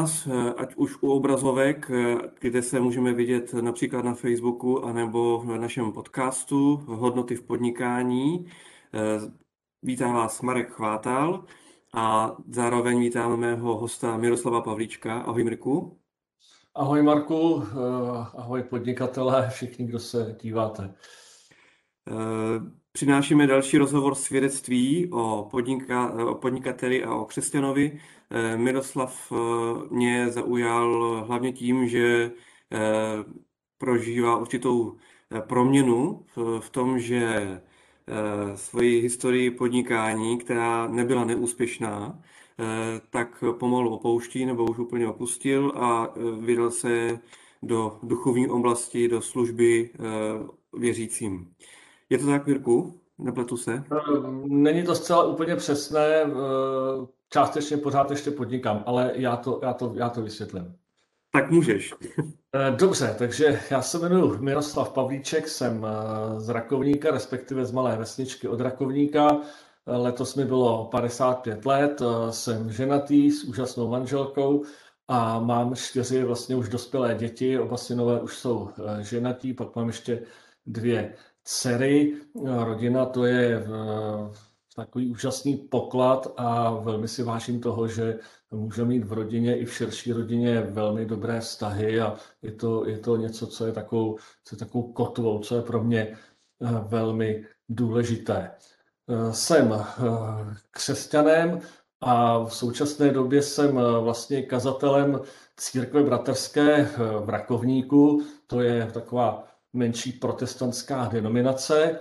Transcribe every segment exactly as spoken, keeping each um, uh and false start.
nás, ať už u obrazovek, kde se můžeme vidět například na Facebooku anebo na našem podcastu Hodnoty v podnikání. Vítá vás Marek Chvátal a zároveň vítáme mého hosta Miroslava Pavlíčka. Ahoj Mirku. Ahoj Marku, ahoj podnikatelé, všichni, kdo se díváte. Přinášíme další rozhovor svědectví o, podnika, o podnikateli a o křesťanovi. Miroslav mě zaujal hlavně tím, že prožívá určitou proměnu v tom, že svoji historii podnikání, která nebyla neúspěšná, tak pomalu opouští nebo už úplně opustil a vydal se do duchovní oblasti, do služby věřícím. Je to tak, Mirku? Nepletu se? Není to zcela úplně přesné, částečně pořád ještě podnikám, ale já to, já to, já to vysvětlím. Tak můžeš. Dobře, takže já se jmenuji Miroslav Pavlíček, jsem z Rakovníka, respektive z malé vesničky od Rakovníka. Letos mi bylo padesát pět let, jsem ženatý s úžasnou manželkou a mám čtyři vlastně už dospělé děti, oba synové už jsou ženatí, pak mám ještě dvě dcery. Rodina, to je takový úžasný poklad a velmi si vážím toho, že můžeme mít v rodině i v širší rodině velmi dobré vztahy a je to, je to něco, co je takovou, co je takovou kotvou, co je pro mě velmi důležité. Jsem křesťanem a v současné době jsem vlastně kazatelem církve bratrské v Rakovníku. To je taková menší protestantská denominace.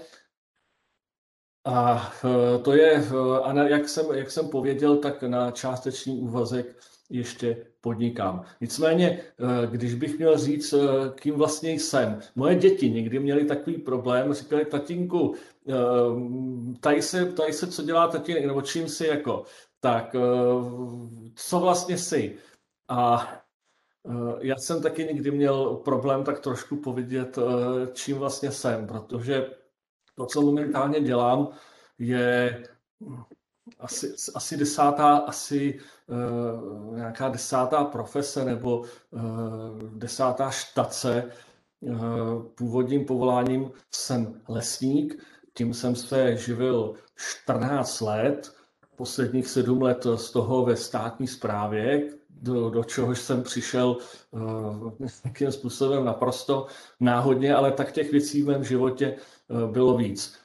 A to je, a jak jsem, jak jsem pověděl, tak na částečný úvazek ještě podnikám. Nicméně, když bych měl říct, kým vlastně jsem. Moje děti někdy měly takový problém, říkali, tatínku, tady se, tady se co dělá tatínek, nebo čím jsi jako, tak co vlastně jsi. A já jsem taky někdy měl problém tak trošku povědět, čím vlastně jsem, protože to, co momentálně dělám, je asi, asi desátá, asi uh, nějaká desátá profese nebo uh, desátá štace. Uh, původním povoláním jsem lesník, tím jsem se živil čtrnáct let, posledních sedm let z toho ve státní správě, do, do čehož jsem přišel uh, nějakým způsobem naprosto náhodně, ale tak těch věcí v mém životě uh, bylo víc.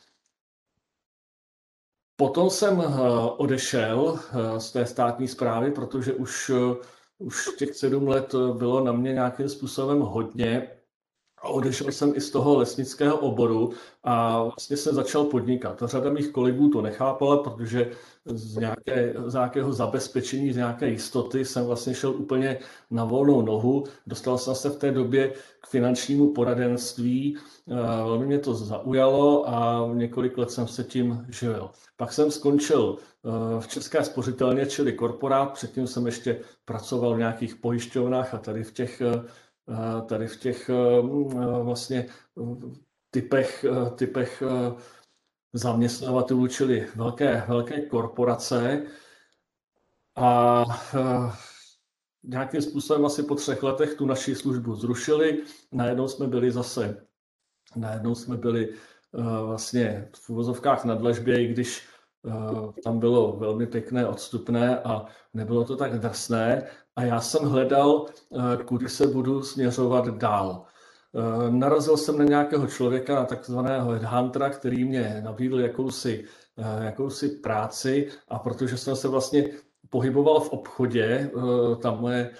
Potom jsem uh, odešel uh, z té státní správy, protože už, uh, už těch sedm let bylo na mě nějakým způsobem hodně. A odešel jsem i z toho lesnického oboru a vlastně jsem začal podnikat. Řada mých kolegů to nechápala, protože z, nějaké, z nějakého zabezpečení, z nějaké jistoty jsem vlastně šel úplně na volnou nohu. Dostal jsem se v té době k finančnímu poradenství. Velmi mě to zaujalo a několik let jsem se tím živil. Pak jsem skončil v České spořitelně, čili korporát. Předtím jsem ještě pracoval v nějakých pojišťovnách a tady v těch tady v těch vlastně typech, typech zaměstnavatelů, čili velké, velké korporace. A nějakým způsobem asi po třech letech tu naši službu zrušili. Najednou jsme byli zase, najednou jsme byli vlastně v uvozovkách na dlažbě, i když tam bylo velmi pěkné odstupné a nebylo to tak drsné. A já jsem hledal, kudy se budu směřovat dál. Narazil jsem na nějakého člověka, na takzvaného headhuntera, který mě nabídl jakousi, jakousi práci a protože jsem se vlastně pohyboval v obchodě, ta moje,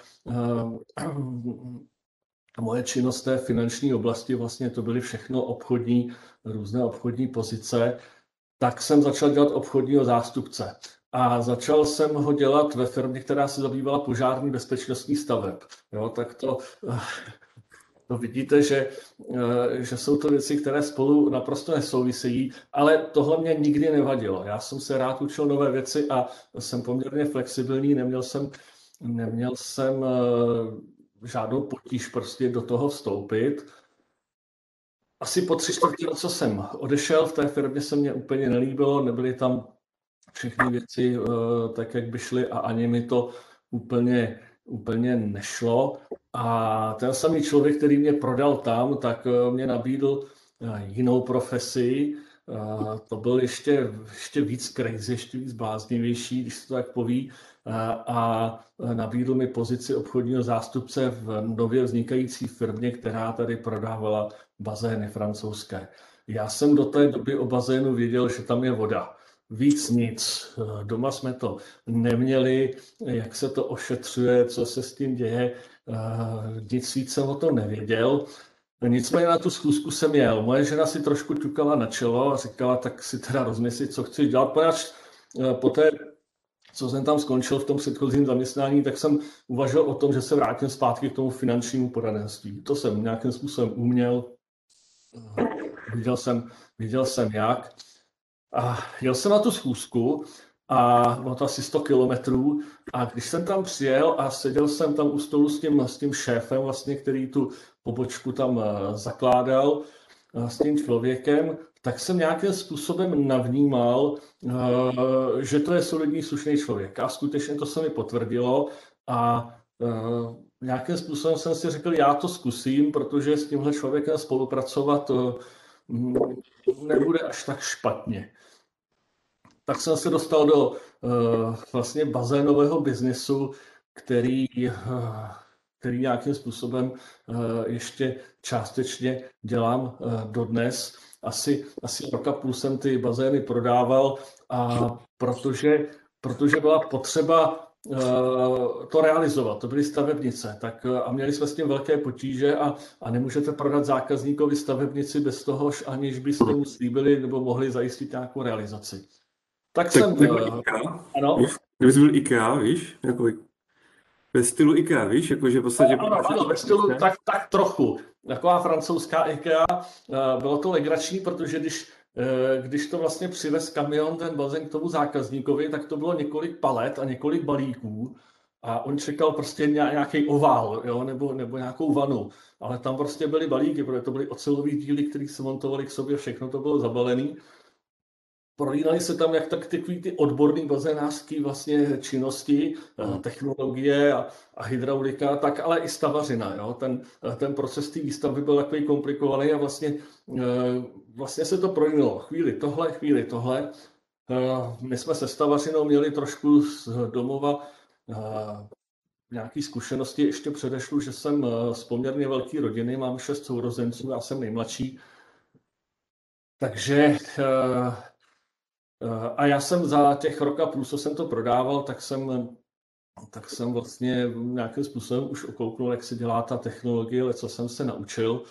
moje činnost té finanční oblasti, vlastně to byly všechno obchodní, různé obchodní pozice, tak jsem začal dělat obchodního zástupce. A začal jsem ho dělat ve firmě, která se zabývala požární bezpečnostní staveb. Jo, tak to, to vidíte, že, že jsou to věci, které spolu naprosto nesouvisejí, ale tohle mě nikdy nevadilo. Já jsem se rád učil nové věci a jsem poměrně flexibilní, neměl jsem, neměl jsem žádnou potíž prostě do toho vstoupit. Asi po tři čtvrtě, co jsem odešel, v té firmě se mě úplně nelíbilo, nebyly tam všechny věci uh, tak, jak by šly a ani mi to úplně úplně nešlo. A ten samý člověk, který mě prodal tam, tak mě nabídl jinou profesi. To byl ještě, ještě víc crazy, ještě víc bláznivější, když se to tak poví. A nabídl mi pozici obchodního zástupce v nově vznikající firmě, která tady prodávala bazény francouzské. Já jsem do té doby o bazénu věděl, že tam je voda. Víc nic. Doma jsme to neměli, jak se to ošetřuje, co se s tím děje. Nic víc jsem o tom nevěděl. Nicméně na tu schůzku jsem jel. Moje žena si trošku ťukala na čelo a říkala, tak si teda rozmysli, co chci dělat. Poněvadž po té, co jsem tam skončil v tom předchozím zaměstnání, tak jsem uvažoval o tom, že se vrátím zpátky k tomu finančnímu poradenství. To jsem nějakým způsobem uměl. Viděl jsem, viděl jsem jak. A jel jsem na tu schůzku a bylo to asi sto kilometrů a když jsem tam přijel a seděl jsem tam u stolu s tím, s tím šéfem, vlastně, který tu pobočku tam zakládal, s tím člověkem, tak jsem nějakým způsobem navnímal, že to je solidní, slušný člověk. A skutečně to se mi potvrdilo a nějakým způsobem jsem si řekl, já to zkusím, protože s tímhle člověkem spolupracovat nebude až tak špatně. Tak jsem se dostal do uh, vlastně bazénového biznesu, který, uh, který nějakým způsobem uh, ještě částečně dělám uh, dodnes. Asi, asi rok a půl jsem ty bazény prodával a protože, protože byla potřeba uh, to realizovat, to byly stavebnice, tak uh, a měli jsme s tím velké potíže a, a nemůžete prodat zákazníkovi stavebnici bez toho, aniž byste mu slíbili nebo mohli zajistit nějakou realizaci. Tak, tak jsem... Uh, ano? Víš? Kdyby jsi byl IKEA, víš? Jako ve stylu IKEA, víš? Jakože v podstatě... Ano, ano, ano ve stylu tak, tak trochu. Taková francouzská IKEA. Bylo to legrační, protože když, když to vlastně přivez kamion, ten bazén k tomu zákazníkovi, tak to bylo několik palet a několik balíků. A on čekal prostě nějaký ovál, jo? Nebo, nebo nějakou vanu. Ale tam prostě byly balíky, protože to byly ocelový díly, které se montovaly k sobě, všechno to bylo zabalené. Prolínaly se tam jak tak takový ty odborný bazénářský vlastně činnosti, mm. technologie a, a hydraulika, tak ale i stavařina. Jo? Ten, ten proces té výstavby byl takový komplikovaný a vlastně, vlastně se to prolínalo. Chvíli tohle, chvíli tohle. My jsme se stavařinou měli trošku z domova nějaké zkušenosti. Ještě předešlu, že jsem z poměrně velké rodiny, mám šest sourozenců, já jsem nejmladší. Takže a já jsem za těch rok a půl, co jsem to prodával, tak jsem, tak jsem vlastně nějakým způsobem už okouknul, jak se dělá ta technologie, ale co jsem se naučil.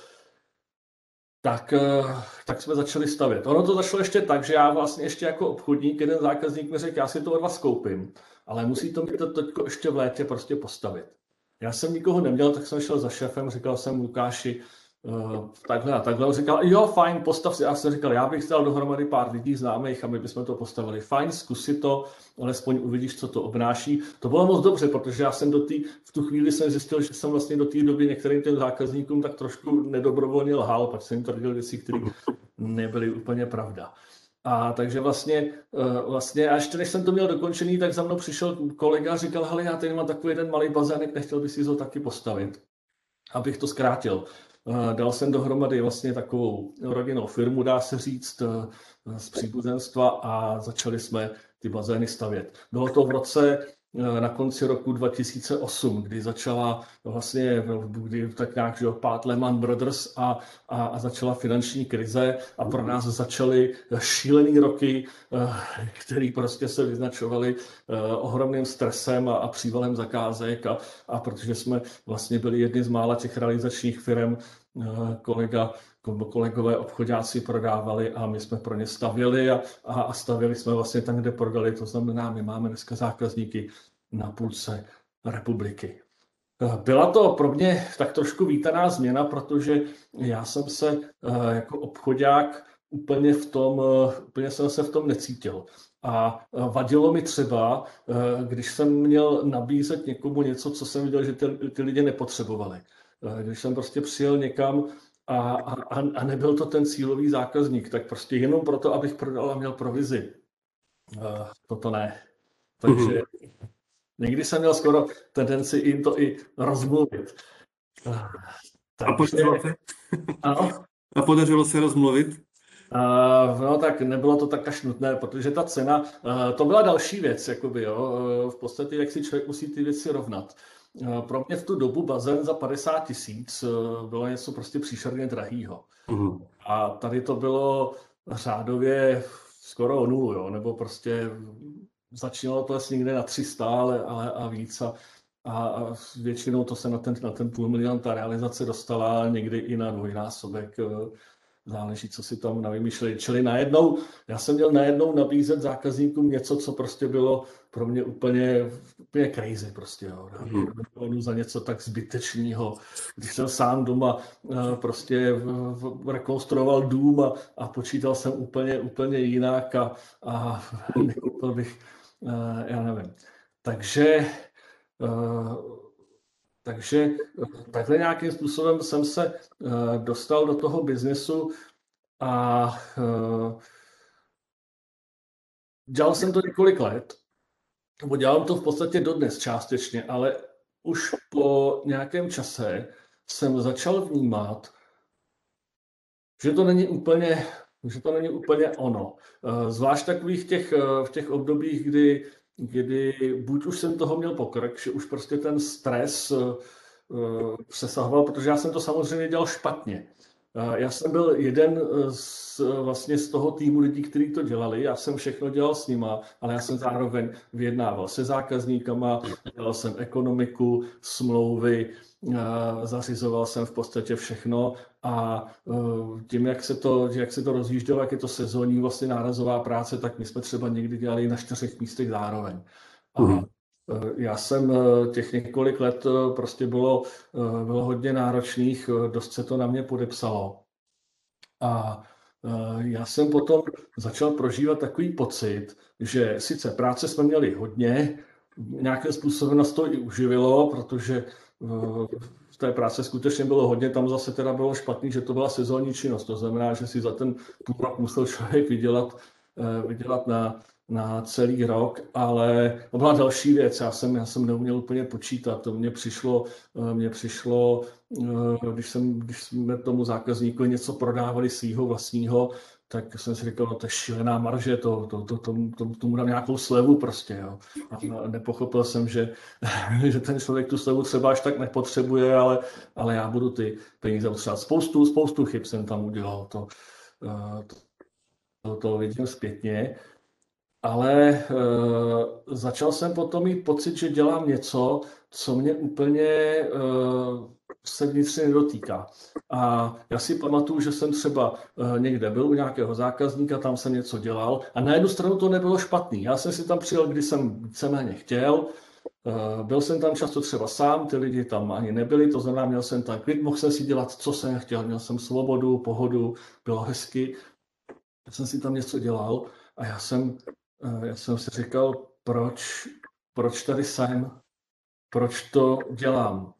Tak, tak jsme začali stavět. Ono to začalo ještě tak, že já vlastně ještě jako obchodník, jeden zákazník mi řekl, já si to od vás koupím, ale musí to mít teďko ještě v létě prostě postavit. Já jsem nikoho neměl, tak jsem šel za šéfem, říkal jsem Lukáši, Uh, takhle a takhle. On říkal, jo, fajn, postav si. Já jsem říkal, já bych dal dohromady pár lidí známých a my bychom to postavili. Fajn, zkusi to, alespoň uvidíš, co to obnáší. To bylo moc dobře, protože já jsem do tý, v tu chvíli jsem zjistil, že jsem vlastně do té doby některým těm zákazníkům tak trošku nedobrovolně lhal, pak jsem jim tvrdil věci, které nebyly úplně pravda. A takže vlastně, vlastně, a ještě než jsem to měl dokončený, tak za mnou přišel kolega a říkal, hele, já tady mám takový jeden malý bazének, nechtěl bys si ho taky postavit, abych to zkrátil. Dal jsem dohromady vlastně takovou rodinnou firmu, dá se říct, z příbuzenstva a začali jsme ty bazény stavět. Bylo to v roce na konci roku dva tisíce osm, kdy začala vlastně, kdy tak nějak, že pád Lehman Brothers a, a, a začala finanční krize a pro nás začaly šílený roky, které prostě se vyznačovaly ohromným stresem a, a přívalem zakázek a, a protože jsme vlastně byli jedni z mála těch realizačních firm, kolega, kolegové obchodáci prodávali a my jsme pro ně stavěli a, a stavěli jsme vlastně tam, kde prodali. To znamená, my máme dneska zákazníky na půlce republiky. Byla to pro mě tak trošku vítaná změna, protože já jsem se jako obchodák úplně v tom, úplně jsem se v tom necítil. A vadilo mi třeba, když jsem měl nabízet někomu něco, co jsem viděl, že ty, ty lidi nepotřebovali. Když jsem prostě přijel někam a, a, a nebyl to ten cílový zákazník, tak prostě jenom proto, abych prodal a měl provizi. Toto ne. Takže, někdy jsem měl skoro tendenci jim to i rozmluvit. A podařilo se? Ano. A podařilo se rozmluvit? Uh, no tak nebylo to tak až nutné, protože ta cena, uh, to byla další věc, jakoby, jo. Uh, v podstatě, jak si člověk musí ty věci rovnat. Uh, pro mě v tu dobu bazén za padesát tisíc uh, bylo něco prostě příšerně drahýho. Uh-huh. A tady to bylo řádově skoro o nulu, jo, nebo prostě začínalo to asi někde na tři sta, ale, ale a víc. A, a většinou to se na ten, na ten půl milion ta realizace dostala někdy i na dvojnásobek. Záleží, co si tam navymýšleli. Čili najednou, já jsem měl najednou nabízet zákazníkům něco, co prostě bylo pro mě úplně, úplně crazy prostě, jo. Mm. Za něco tak zbytečného. Když jsem sám doma prostě rekonstruoval dům a, a počítal jsem úplně, úplně jinak a, a nekoupil bych, já nevím. Takže Takže takhle nějakým způsobem jsem se dostal do toho biznesu a dělal jsem to několik let, nebo dělám to v podstatě dodnes částečně, ale už po nějakém čase jsem začal vnímat, že to není úplně, že to není úplně ono. Zvlášť takových těch, v těch obdobích, kdy kdy buď už jsem toho měl pokrk, že už prostě ten stres uh, přesahoval, protože já jsem to samozřejmě dělal špatně. Uh, já jsem byl jeden z, vlastně z toho týmu lidí, kteří to dělali, já jsem všechno dělal s nima, ale já jsem zároveň vyjednával se zákazníkama, dělal jsem ekonomiku, smlouvy, uh, zařizoval jsem v podstatě všechno a uh, tím, jak se to, jak se to rozjíždělo, jak je to sezónní vlastně nárazová práce, tak my jsme třeba někdy dělali na čtyřech místech zároveň. A uh, já jsem uh, těch několik let uh, prostě bylo, uh, bylo hodně náročných, uh, dost se to na mě podepsalo. A uh, já jsem potom začal prožívat takový pocit, že sice práce jsme měli hodně, nějakým způsobem nás to i uživilo, protože uh, v té práce skutečně bylo hodně, tam zase teda bylo špatný, že to byla sezónní činnost, to znamená, že si za ten půl rok musel člověk vydělat, uh, vydělat na, na celý rok, ale to byla další věc, já jsem, já jsem neuměl úplně počítat, to mně přišlo, uh, mně přišlo uh, když, jsem, když jsme tomu zákazníku něco prodávali svýho vlastního, tak jsem si říkal, no to je šílená marže, to, to, to, to, to, tomu dám nějakou slevu prostě, jo. A nepochopil jsem, že, že ten člověk tu slevu třeba až tak nepotřebuje, ale, ale já budu ty peníze potřebovat. Spoustu, spoustu chyb jsem tam udělal, to, to, to, to vidím zpětně. Ale uh, začal jsem potom mít pocit, že dělám něco, co mě úplně uh, se vnitřně nedotýká. A já si pamatuju, že jsem třeba uh, někde byl u nějakého zákazníka, tam jsem něco dělal a na jednu stranu to nebylo špatný. Já jsem si tam přijel, když jsem víceméně chtěl, uh, byl jsem tam často třeba sám, ty lidi tam ani nebyli, to znamená, měl jsem tam klid, mohl jsem si dělat, co jsem chtěl, měl jsem svobodu, pohodu, bylo hezky. Já jsem si tam něco dělal a já jsem Já jsem si říkal, proč, proč tady jsem, proč to dělám.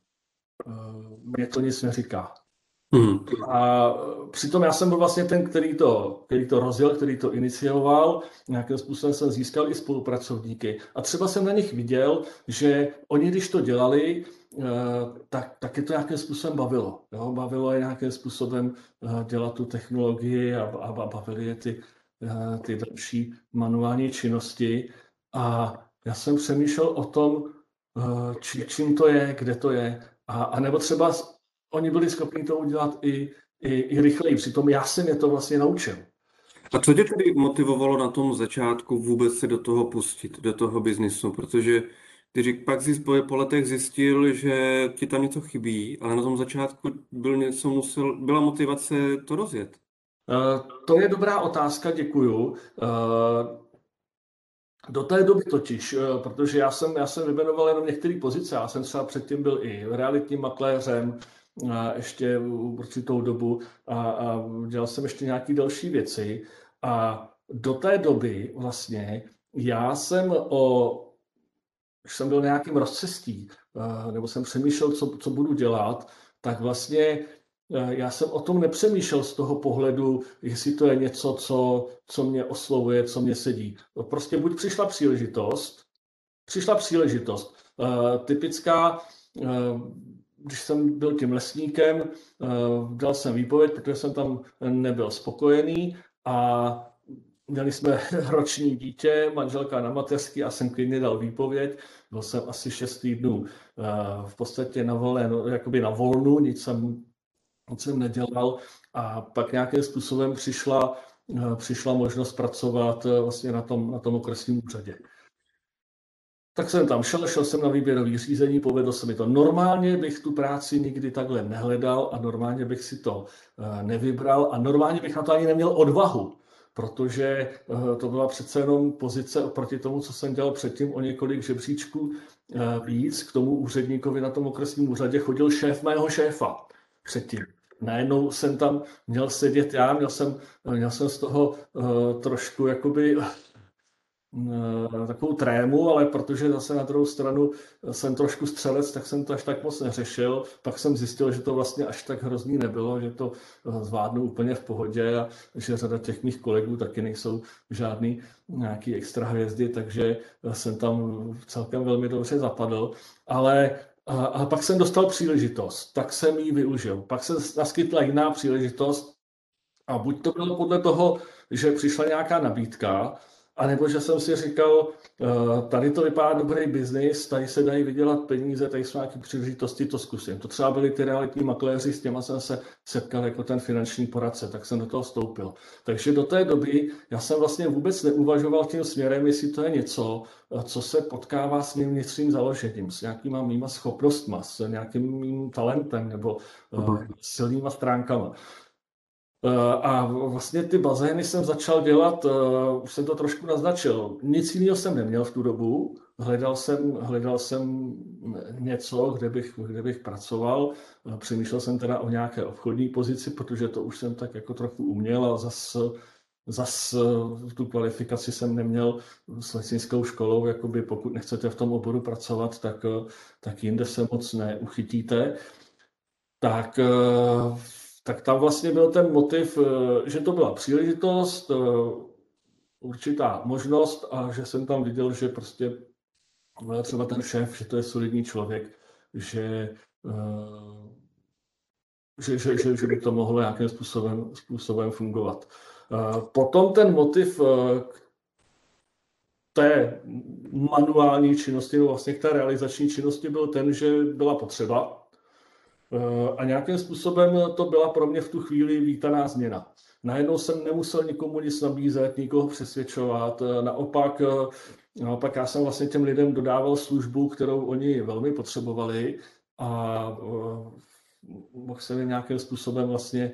Mně to nic neříká. Hmm. A přitom já jsem byl vlastně ten, který to, který to rozjel, který to inicioval. Nějakým způsobem jsem získal i spolupracovníky. A třeba jsem na nich viděl, že oni, když to dělali, tak, tak je to nějakým způsobem bavilo. Jo? Bavilo je nějakým způsobem dělat tu technologii a, a bavili je ty ty další manuální činnosti a já jsem přemýšlel o tom, či, čím to je, kde to je a, a nebo třeba oni byli schopni to udělat i, i, i rychleji, přitom já jsem je to vlastně naučil. A co tě tedy motivovalo na tom začátku vůbec se do toho pustit, do toho biznisu, protože ty pak jsi po letech zjistil, že ti tam něco chybí, ale na tom začátku byl něco musel, byla motivace to rozjet. Uh, to je dobrá otázka, děkuju. Uh, do té doby totiž, uh, protože já jsem, já jsem vymenoval jenom některé pozice, já jsem třeba předtím byl i realitním makléřem, uh, ještě určitou dobu a, a dělal jsem ještě nějaké další věci a do té doby vlastně já jsem o, když jsem byl na nějakém rozcestí, uh, nebo jsem přemýšlel, co, co budu dělat, tak vlastně já jsem o tom nepřemýšlel z toho pohledu, jestli to je něco, co, co mě oslovuje, co mě sedí. Prostě buď přišla příležitost přišla příležitost. Uh, typická, uh, když jsem byl tím lesníkem, uh, dal jsem výpověď, protože jsem tam nebyl spokojený a měli jsme roční dítě, manželka na mateřský a jsem klidně dal výpověď. Byl jsem asi šest týdnů uh, v podstatě na volné, no, jakoby na volnu, nic jsem, nic jsem nedělal a pak nějakým způsobem přišla, uh, přišla možnost pracovat uh, vlastně na tom, na tom okresním úřadě. Tak jsem tam šel, šel jsem na výběrový řízení, povedlo se mi to. Normálně bych tu práci nikdy takhle nehledal a normálně bych si to uh, nevybral a normálně bych na to ani neměl odvahu, protože uh, to byla přece jenom pozice oproti tomu, co jsem dělal předtím, o několik žebříčků uh, víc. K tomu úředníkovi na tom okresním úřadě chodil šéf mého šéfa předtím. Najednou jsem tam měl sedět já, měl jsem, měl jsem z toho uh, trošku jakoby takovou trému, ale protože zase na druhou stranu jsem trošku střelec, tak jsem to až tak moc neřešil. Pak jsem zjistil, že to vlastně až tak hrozný nebylo, že to zvládnu úplně v pohodě a že řada těch mých kolegů taky nejsou žádný nějaký extra hvězdy, takže jsem tam celkem velmi dobře zapadl. Ale a, a pak jsem dostal příležitost, tak jsem ji využil. Pak se naskytla jiná příležitost a buď to bylo podle toho, že přišla nějaká nabídka, a nebo že jsem si říkal, tady to vypadá dobrý biznis, tady se dají vydělat peníze, tady jsou nějaké příležitosti, to zkusím. To třeba byli ty realitní makléři, s těma jsem se setkal jako ten finanční poradce, tak jsem do toho vstoupil. Takže do té doby já jsem vlastně vůbec neuvažoval tím směrem, jestli to je něco, co se potkává s mým vnitřním založením, s nějakýma mýma schopnostma, s nějakým mým talentem nebo uh, silnýma stránkama. A vlastně ty bazény jsem začal dělat, už jsem to trošku naznačil. Nic jiného jsem neměl v tu dobu. Hledal jsem, hledal jsem něco, kde bych, kde bych pracoval. Přemýšlel jsem teda o nějaké obchodní pozici, protože to už jsem tak jako trochu uměl a zase Zas tu kvalifikaci jsem neměl s lesnickou školou, jakoby pokud nechcete v tom oboru pracovat, tak, tak jinde se moc neuchytíte. Tak tak tam vlastně byl ten motiv, že to byla příležitost, určitá možnost a že jsem tam viděl, že prostě třeba ten šéf, že to je solidní člověk, že, že, že, že, že by to mohlo nějakým způsobem, způsobem fungovat. Potom ten motiv k té manuální činnosti, vlastně k té realizační činnosti byl ten, že byla potřeba. A nějakým způsobem to byla pro mě v tu chvíli vítaná změna. Najednou jsem nemusel nikomu nic nabízet, nikoho přesvědčovat. Naopak, naopak já jsem vlastně těm lidem dodával službu, kterou oni velmi potřebovali a mohl jsem jim nějakým způsobem vlastně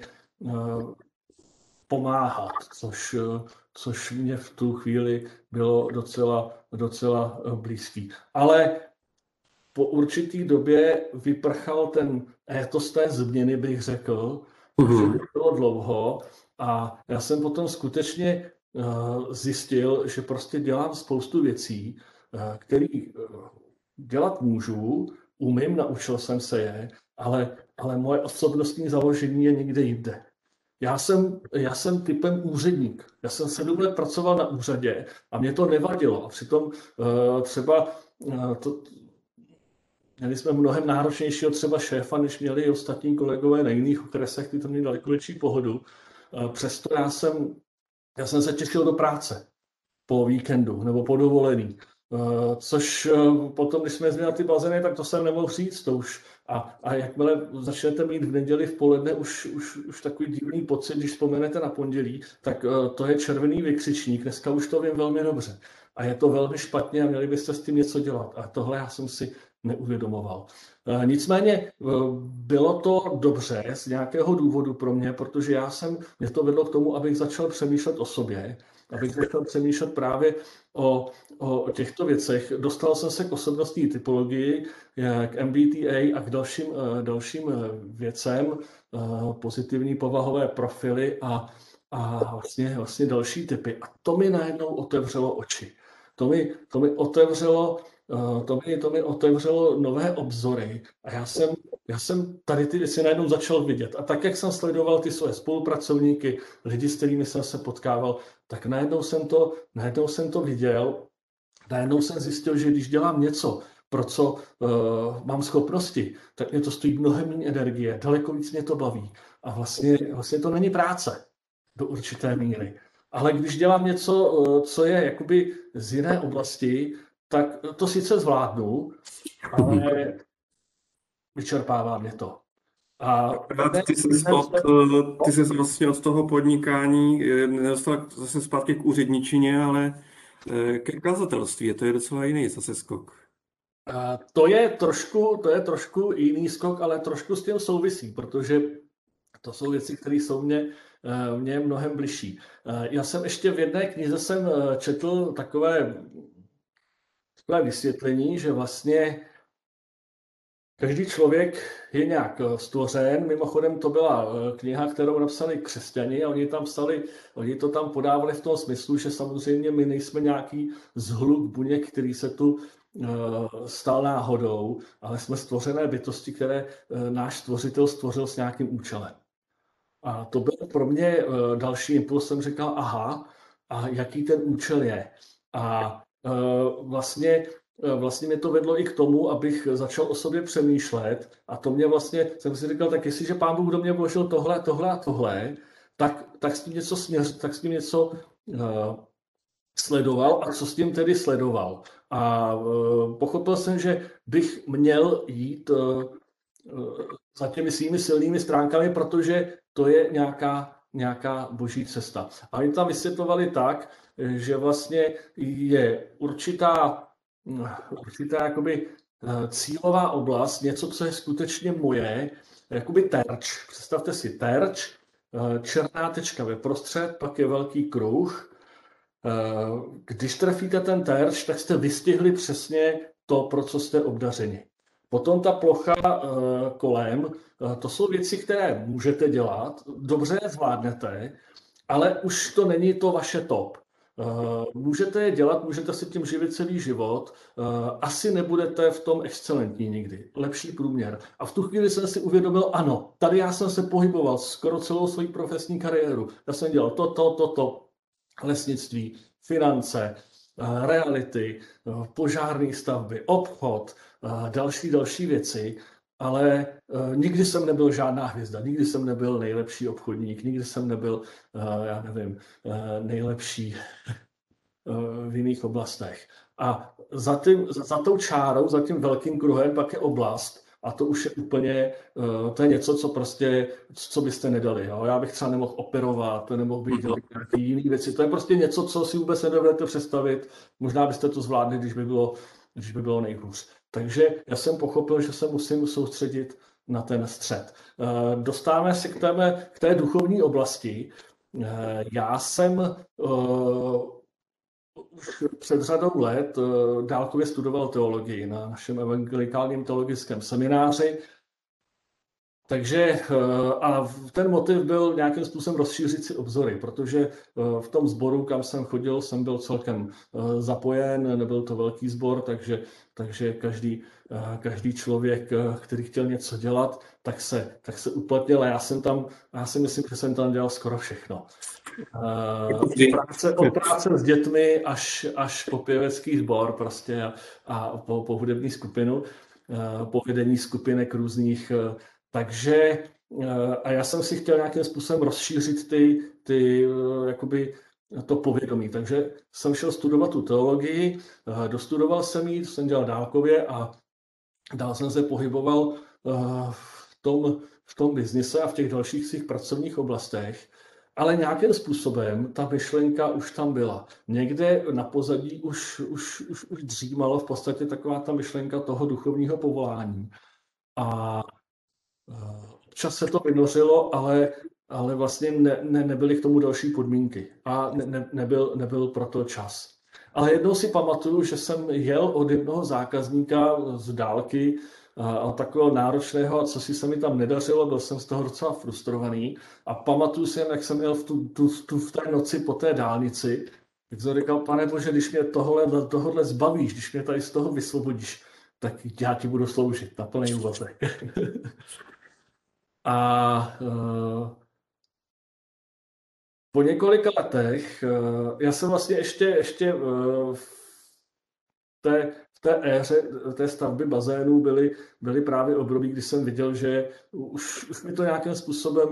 pomáhat, což, což mě v tu chvíli bylo docela, docela blízký. Ale po určitý době vyprchal ten étos té změny, bych řekl, mm-hmm. že to bylo dlouho a já jsem potom skutečně uh, zjistil, že prostě dělám spoustu věcí, uh, které uh, dělat můžu, umím, naučil jsem se je, ale, ale moje osobnostní založení je někde jinde. Já jsem, já jsem typem úředník. Já jsem sedm let pracoval na úřadě a mě to nevadilo. A přitom uh, třeba uh, to, Měli jsme mnohem náročnějšího třeba šéfa, než měli i ostatní kolegové na jiných okresech, ty to měli daleko větší pohodu. Přesto já jsem, já jsem se těšil do práce po víkendu nebo po dovolený. Což potom, když jsme změnili ty bazény, tak to jsem nemohl říct. To už. A, a jakmile začnete mít v neděli v poledne už, už, už takový divný pocit, když vzpomenete na pondělí, tak to je červený vykřičník. Dneska už to vím velmi dobře. A je to velmi špatně a měli byste s tím něco dělat. A tohle já jsem si neuvědomoval. Nicméně bylo to dobře z nějakého důvodu pro mě, protože já jsem, mě to vedlo k tomu, abych začal přemýšlet o sobě, abych začal přemýšlet právě o, o těchto věcech. Dostal jsem se k osobnostní typologii, k M B T A a k dalším, dalším věcem, pozitivní povahové profily a, a vlastně, vlastně další typy. A to mi najednou otevřelo oči. To mi, to mi otevřelo To mi, to mi otevřelo nové obzory a já jsem, já jsem tady ty věci najednou začal vidět. A tak, jak jsem sledoval ty své spolupracovníky, lidi, s kterými jsem se potkával, tak najednou jsem to, najednou jsem to viděl Najednou jsem zjistil, že když dělám něco, pro co uh, mám schopnosti, tak mě to stojí mnohem méně energie, daleko víc mě to baví. A vlastně, vlastně to není práce do určité míry. Ale když dělám něco, uh, co je jakoby z jiné oblasti, tak to sice zvládnu, ale vyčerpává mě to. A Akorát ty jsi od, ty jsi vlastně od toho podnikání eh, nedostal zase zpátky k úředničině, ale eh, ke kazatelství. To je docela jiný zase skok. A to je trošku, to je trošku jiný skok, ale trošku s tím souvisí, protože to jsou věci, které jsou mě, mě mnohem bližší. Já jsem ještě v jedné knize jsem četl takové, takové vysvětlení, že vlastně každý člověk je nějak stvořen. Mimochodem to byla kniha, kterou napsali křesťani a oni tam psali, oni to tam podávali v tom smyslu, že samozřejmě my nejsme nějaký zhluk buněk, který se tu stal náhodou, ale jsme stvořené bytosti, které náš stvořitel stvořil s nějakým účelem. A to byl pro mě další impuls, jsem říkal, aha, a jaký ten účel je. A vlastně, vlastně mě to vedlo i k tomu, abych začal o sobě přemýšlet a to mě vlastně, jsem si říkal, tak jestliže Pán Bůh do mě vložil tohle, tohle a tohle, tak, tak s tím něco směř, tak s tím něco uh, sledoval a co s tím tedy sledoval. A uh, pochopil jsem, že bych měl jít uh, za těmi svými silnými stránkami, protože to je nějaká, nějaká boží cesta. A oni tam vysvětlovali tak, že vlastně je určitá, určitá jakoby cílová oblast, něco, co je skutečně moje, jakoby terč. Představte si terč, černá tečka ve prostřed, pak je velký kruh. Když trefíte ten terč, tak jste vystihli přesně to, pro co jste obdařeni. Potom ta plocha kolem, to jsou věci, které můžete dělat, dobře je zvládnete, ale už to není to vaše top. Můžete je dělat, můžete si tím živit celý život, asi nebudete v tom excelentní nikdy, lepší průměr. A v tu chvíli jsem si uvědomil, ano, tady já jsem se pohyboval skoro celou svou profesní kariéru. Já jsem dělal toto, toto, to, lesnictví, finance, reality, požární stavby, obchod, další, další věci, ale nikdy jsem nebyl žádná hvězda, nikdy jsem nebyl nejlepší obchodník, nikdy jsem nebyl, já nevím, nejlepší v jiných oblastech. A za, tím, za tou čárou, za tím velkým kruhem pak je oblast, a to už je úplně, to je něco, co prostě, co byste nedali. Jo? Já bych třeba nemohl operovat, nemohl bych dělat nějaké jiné věci. To je prostě něco, co si vůbec nedovedete představit. Možná byste to zvládli, když by bylo, když by bylo nejhůř. Takže já jsem pochopil, že se musím soustředit na ten střed. Dostáváme se k té, k té duchovní oblasti. Já jsem už před řadou let dálkově studoval teologii na našem evangelikálním teologickém semináři. Takže a ten motiv byl nějakým způsobem rozšířit si obzory, protože v tom sboru, kam jsem chodil, jsem byl celkem zapojen, nebyl to velký sbor, takže, takže každý, každý člověk, který chtěl něco dělat, tak se, tak se uplatnil a já jsem tam, já si myslím, že jsem tam dělal skoro všechno. Od práce, od práce s dětmi až, až po pěvecký sbor prostě a, a po, po hudební skupinu, po vedení skupinek různých. Takže a já jsem si chtěl nějakým způsobem rozšířit ty, ty jakoby to povědomí. Takže jsem šel studovat tu teologii, dostudoval jsem ji, jsem dělal dálkově a dál jsem se pohyboval v tom, v tom biznise a v těch dalších svých pracovních oblastech. Ale nějakým způsobem ta myšlenka už tam byla. Někde na pozadí už, už, už, už dřímalo v podstatě taková ta myšlenka toho duchovního povolání. A občas se to vynořilo, ale, ale vlastně ne, ne, nebyly k tomu další podmínky a ne, ne, nebyl, nebyl proto čas. Ale jednou si pamatuju, že jsem jel od jednoho zákazníka z dálky a takového náročného, a co si se mi tam nedařilo, byl jsem z toho docela frustrovaný. A pamatuju si, jak jsem jel v, tu, tu, tu, v té noci po té dálnici, tak jsem říkal, pane Bože, když mě tohle, tohle zbavíš, když mě tady z toho vysvobodíš, tak já ti budu sloužit na plný úvazek. A uh, po několika letech, uh, já jsem vlastně ještě, ještě uh, té, v té éře té stavby bazénů byly, byly právě období, kdy jsem viděl, že už, už mi to nějakým způsobem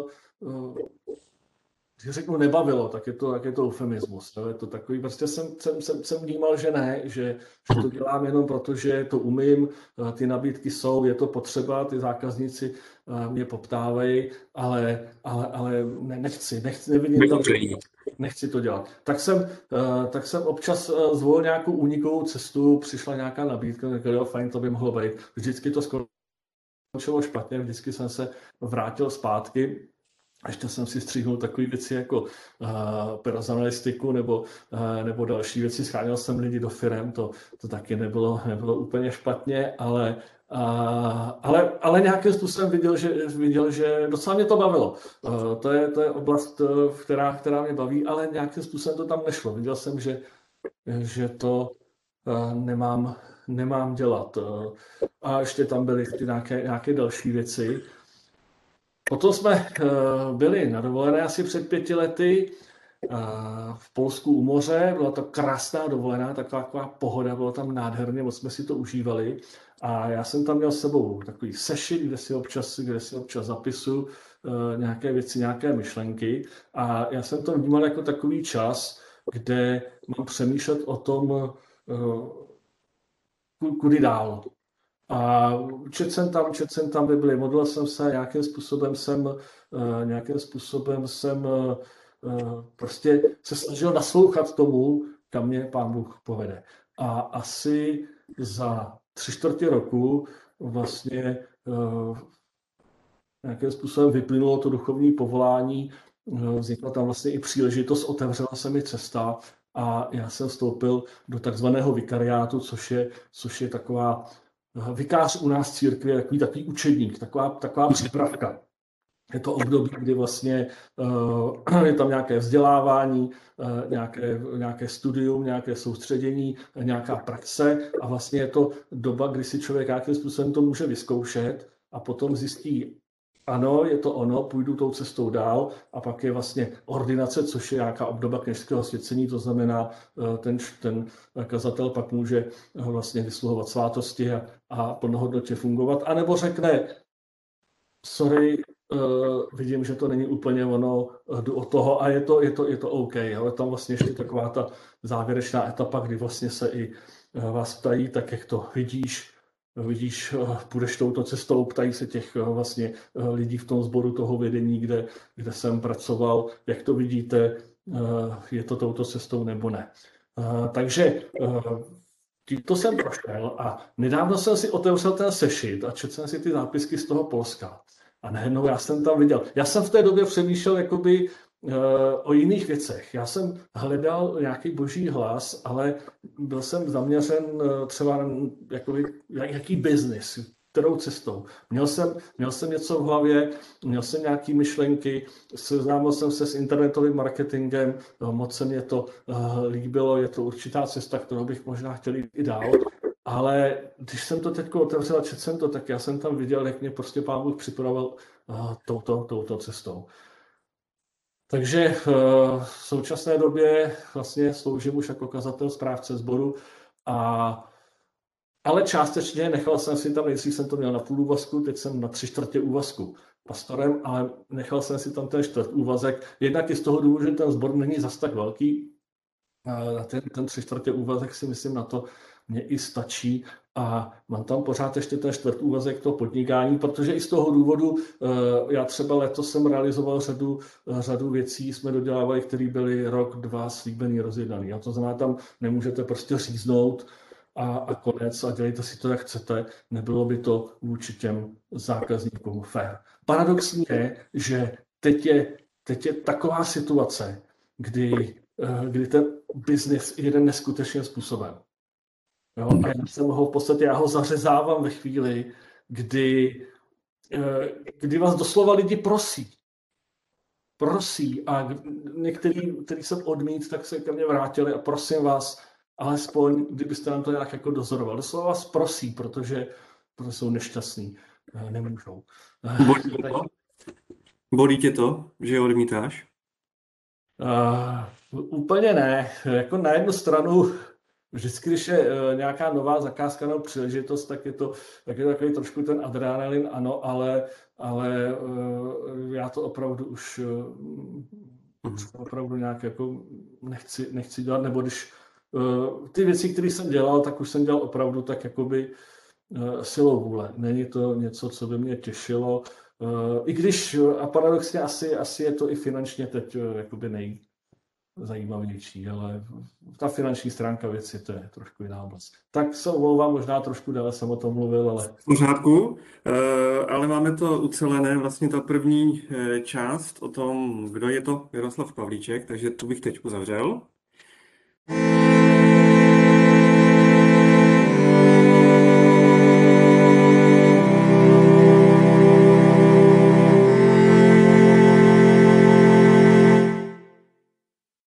když řeknu nebavilo, tak je to, tak je to eufemismus. No? Je to takový, prostě jsem, jsem, jsem, jsem vnímal, že ne, že, že to dělám jenom proto, že to umím, ty nabídky jsou, je to potřeba, ty zákazníci mě poptávají, ale, ale, ale ne, nechci, nechci, nevidím tam, nechci to dělat. Tak jsem, tak jsem občas zvolil nějakou únikovou cestu, přišla nějaká nabídka, řekl, jo, fajn, to by mohlo být. Vždycky to skončilo špatně, vždycky jsem se vrátil zpátky. Ještě jsem si stříhnul takové věci jako uh, personalistiku nebo, uh, nebo další věci. Scháněl jsem lidi do firem, to, to taky nebylo, nebylo úplně špatně, ale, uh, ale, ale nějakým způsobem viděl, že, viděl, že docela mě to bavilo. Uh, to, je, to je oblast, uh, která, která mě baví, ale nějakým způsobem to tam nešlo. Viděl jsem, že, že to uh, nemám, nemám dělat. Uh, a ještě tam byly nějaké, nějaké další věci. Potom jsme byli na dovolené asi před pěti lety v Polsku u moře. Byla to krásná dovolená, taková, taková pohoda, bylo tam nádherně, moc jsme si to užívali. A já jsem tam měl s sebou takový sešit, kde si občas, kde si občas zapisu nějaké věci, nějaké myšlenky. A já jsem to vnímal jako takový čas, kde mám přemýšlet o tom, kudy dál. A četl jsem tam, četl jsem tam Bibli, modlil jsem se, nějakým způsobem jsem, nějakým způsobem jsem prostě se snažil naslouchat tomu, kam mě Pán Bůh povede. A asi za tři čtvrtě roku vlastně nějakým způsobem vyplynulo to duchovní povolání, vznikla tam vlastně i příležitost, otevřela se mi cesta a já jsem vstoupil do takzvaného vikariátu, což je, což je taková vikář u nás v církvi je takový, takový učedník, taková, taková přípravka. Je to období, kdy vlastně uh, je tam nějaké vzdělávání, uh, nějaké, nějaké studium, nějaké soustředění, nějaká praxe a vlastně je to doba, kdy si člověk nějakým způsobem to může vyzkoušet a potom zjistí, ano, je to ono, půjdu tou cestou dál a pak je vlastně ordinace, což je nějaká obdoba kněžského svěcení, to znamená, ten, ten kazatel pak může vlastně vysluhovat svátosti a, a plnohodnotně fungovat, anebo řekne, sorry, uh, vidím, že to není úplně ono, jdu od toho a je to, je to, je to OK, ale tam vlastně ještě taková ta závěrečná etapa, kdy vlastně se i vás ptají, tak jak to vidíš, Vidíš, půjdeš touto cestou, ptají se těch vlastně lidí v tom sboru toho vedení, kde, kde jsem pracoval, jak to vidíte, je to touto cestou nebo ne. Takže to jsem prošel a nedávno jsem si otevřel ten sešit a četl jsem si ty zápisky z toho Polska. A najednou já jsem tam viděl, já jsem v té době přemýšlel jakoby o jiných věcech. Já jsem hledal nějaký boží hlas, ale byl jsem zaměřen třeba na jakoby, jaký biznis, kterou cestou. Měl jsem, měl jsem něco v hlavě, měl jsem nějaké myšlenky, seznámil jsem se s internetovým marketingem, moc se mě to líbilo, je to určitá cesta, kterou bych možná chtěl jít i dál. Ale když jsem to teď otevřel a četl jsem to, tak já jsem tam viděl, jak mě prostě Pán Bůh připravil touto, touto cestou. Takže v současné době vlastně sloužím už jako kazatel správce sboru, a, ale částečně nechal jsem si tam, nejdřív jsem to měl na půl úvazku, teď jsem na tři čtvrtě úvazku pastorem, ale nechal jsem si tam ten čtvrt úvazek. Jednak i z toho důvodu, že ten sbor není zas tak velký, a ten, ten tři čtvrtě úvazek si myslím na to mě i stačí a mám tam pořád ještě ten čtvrt úvazek toho podnikání, protože i z toho důvodu já třeba letos jsem realizoval řadu, řadu věcí, jsme dodělávali, které byly rok, dva slíbený, rozjednaný. A to znamená, tam nemůžete prostě říznout a, a konec a dělejte si to, jak chcete. Nebylo by to vůči těm zákazníkům fér. Paradoxní je, že teď je, teď je taková situace, kdy, kdy ten biznis jede neskutečným způsobem. Jo, a já jsem ho v podstatě, já ho zařezávám ve chvíli, kdy, kdy vás doslova lidi prosí. Prosí a některý, který jsem odmít, tak se ke mně vrátili a prosím vás, alespoň, kdybyste nám to nějak jako dozoroval. Doslova vás prosí, protože, protože jsou nešťastní, nemůžou. Bolí tě to, Bolí tě to že je odmítáš? Uh, úplně ne. Jako na jednu stranu vždycky, když je uh, nějaká nová zakázka nebo příležitost, tak je to, tak je to takový trošku ten adrenalin, ano, ale, ale uh, já to opravdu už, uh, už opravdu nějak jako nechci, nechci dělat, nebo když uh, ty věci, které jsem dělal, tak už jsem dělal opravdu tak jakoby uh, silou vůle. Není to něco, co by mě těšilo, uh, i když, a paradoxně asi, asi je to i finančně teď uh, jakoby nej, zajímavější, ale ta finanční stránka věci, to je trošku jiná oblast. Tak se omlouvám, možná trošku déle jsem o tom mluvil, ale... V pořádku, ale máme to ucelené, vlastně ta první část o tom, kdo je to Jaroslav Pavlíček, takže tu bych teď uzavřel.